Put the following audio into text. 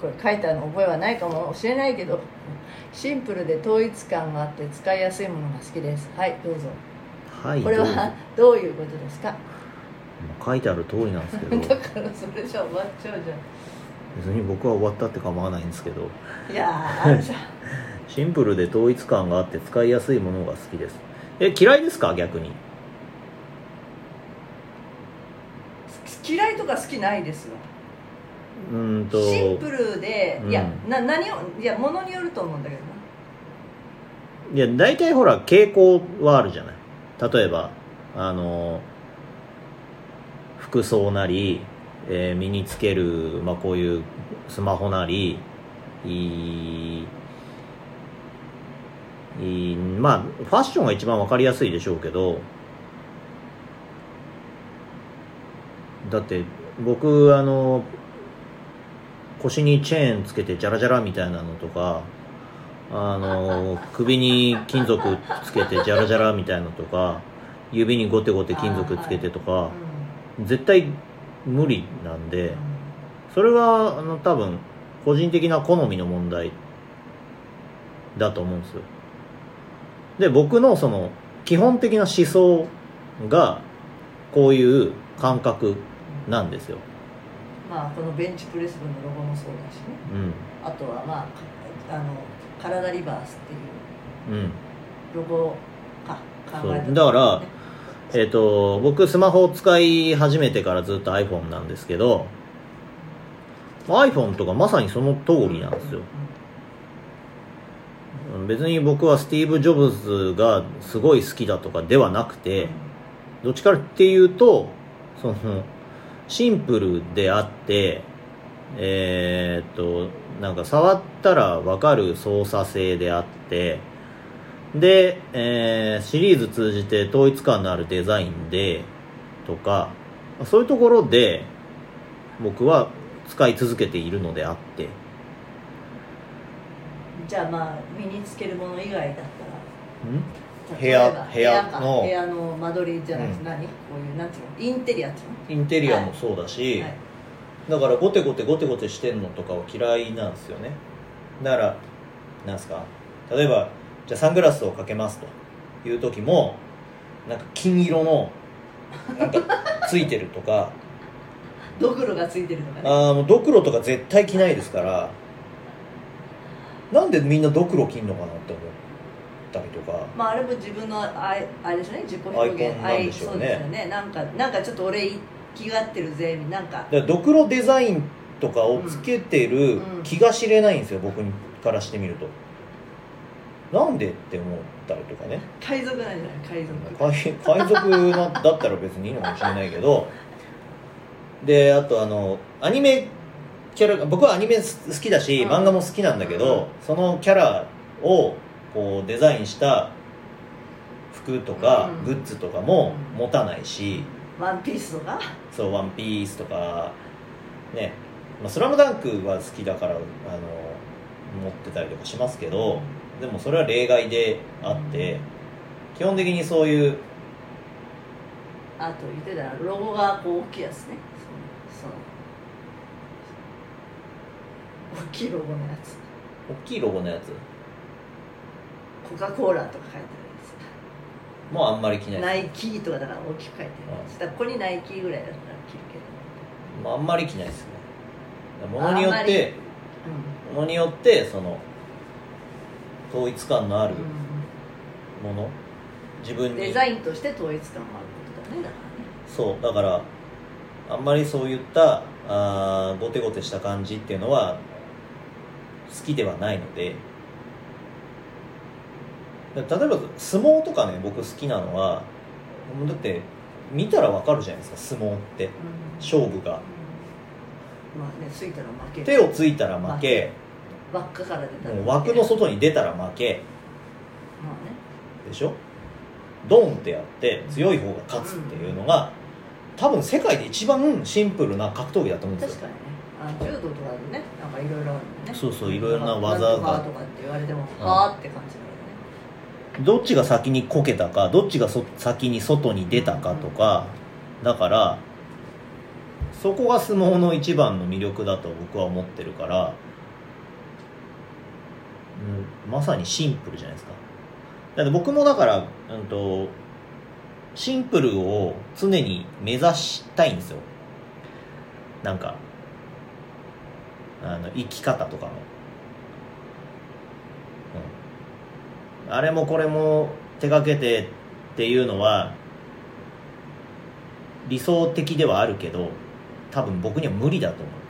これ書いたの覚えはないかもしれないけど、シンプルで統一感があって使いやすいものが好きです。はい、どうぞ。 はい、 これはどういうことですか？ 書いてある通りなんですけどだからそれじゃ終わっちゃうじゃん。 別に僕は終わったって構わないんですけど、 いやーあるじゃん。 シンプルで統一感があって使いやすいものが好きです。嫌いですか？逆に。 嫌いとか好きないですよ。シンプルで、いや、何を、いや、ものによると思うんだけどな。 いや、大体ほら傾向はあるじゃない。例えば服装なり、身につける、こういうスマホなり、ファッションが一番わかりやすいでしょうけど、だって僕腰にチェーンつけてジャラジャラみたいなのとか、首に金属つけてジャラジャラみたいなのとか、指にゴテゴテ金属つけてとか、絶対無理なんで、それは多分個人的な好みの問題だと思うんですよ。で、僕のその基本的な思想がこういう感覚なんですよ。 このベンチプレス部のロゴもそうだしね、あとは体リバースっていうロゴか考えた、ね、 だから僕スマホを使い始めてからずっと iPhone なんですけど、 iPhone とかまさにその通りなんですよ。別に僕はスティーブ・ジョブズがすごい好きだとかではなくて、どっちかっていうとそのシンプルであって、なんか触ったら分かる操作性であって、で、シリーズ通じて統一感のあるデザインでとか、そういうところで僕は使い続けているのであって。 じゃあ身につけるもの以外だったら部屋の間取りじゃなくて何、こういうなんていうの、インテリアっていうの、 インテリアもそうだし、だからゴテゴテしてんのとかは嫌いなんですよね。だからなんですか、例えばじゃあサングラスをかけますという時もなんか金色のなんかついてるとかドクロがついてるとかね。 もうドクロとか絶対着ないですから、なんでみんなドクロ着んのかなって思ったりとか。 あれも自分のあれでしょうね、自己表現、 アイコンなんでしょうね。 そうですよね。なんかちょっと俺気が合ってるぜ、なんかドクロデザインとかをつけてる気が知れないんですよ、僕からしてみると。なんでって思ったりとかね。 海賊なんじゃない？ 海賊だったら別にいいのかもしれないけど。で、あとアニメキャラ、僕はアニメ好きだし、漫画も好きなんだけど、そのキャラをこうデザインした服とかグッズとかも持たないし、 ワンピースとか、 そうワンピースとかね、スラムダンクは好きだから持ってたりとかしますけど、でもそれは例外であって、基本的にそういう、 あと言ってたらロゴがこう大きいやつね、大きいロゴのやつ、 大きいロゴのやつ、 コカ・コーラとか書いてあるやつもうあんまり着ない。 ナイキとかだから大きく書いてあるやつだから、ここにナイキぐらいだったら着るけど、 あんまり着ないですね。ものによってその統一感のあるもの、自分にデザインとして統一感もあることだね。だからね、 そうだからあんまりそういったゴテゴテした感じっていうのは好きではないので。例えば相撲とかね、僕好きなのは、だって見たらわかるじゃないですか、相撲って、勝負が、 ついたら負け、 手をついたら負け、 枠から出たら負け、 もう枠の外に出たら負け、でしょ。ドンってやって強い方が勝つっていうのが、多分世界で一番シンプルな格闘技だと思うんですよ。 確かにね、柔道とかでね、なんかいろいろあるね。 そうそう、いろいろな技がとかって言われても、はーって感じだよね。 どっちが先にこけたか、どっちが先に外に出たかとか、だからそこが相撲の一番の魅力だと僕は思ってるから、 まさにシンプルじゃないですか。だって僕もだから、シンプルを常に目指したいんですよ。なんか生き方とかの、あれもこれも手がけてっていうのは理想的ではあるけど、多分僕には無理だと思う。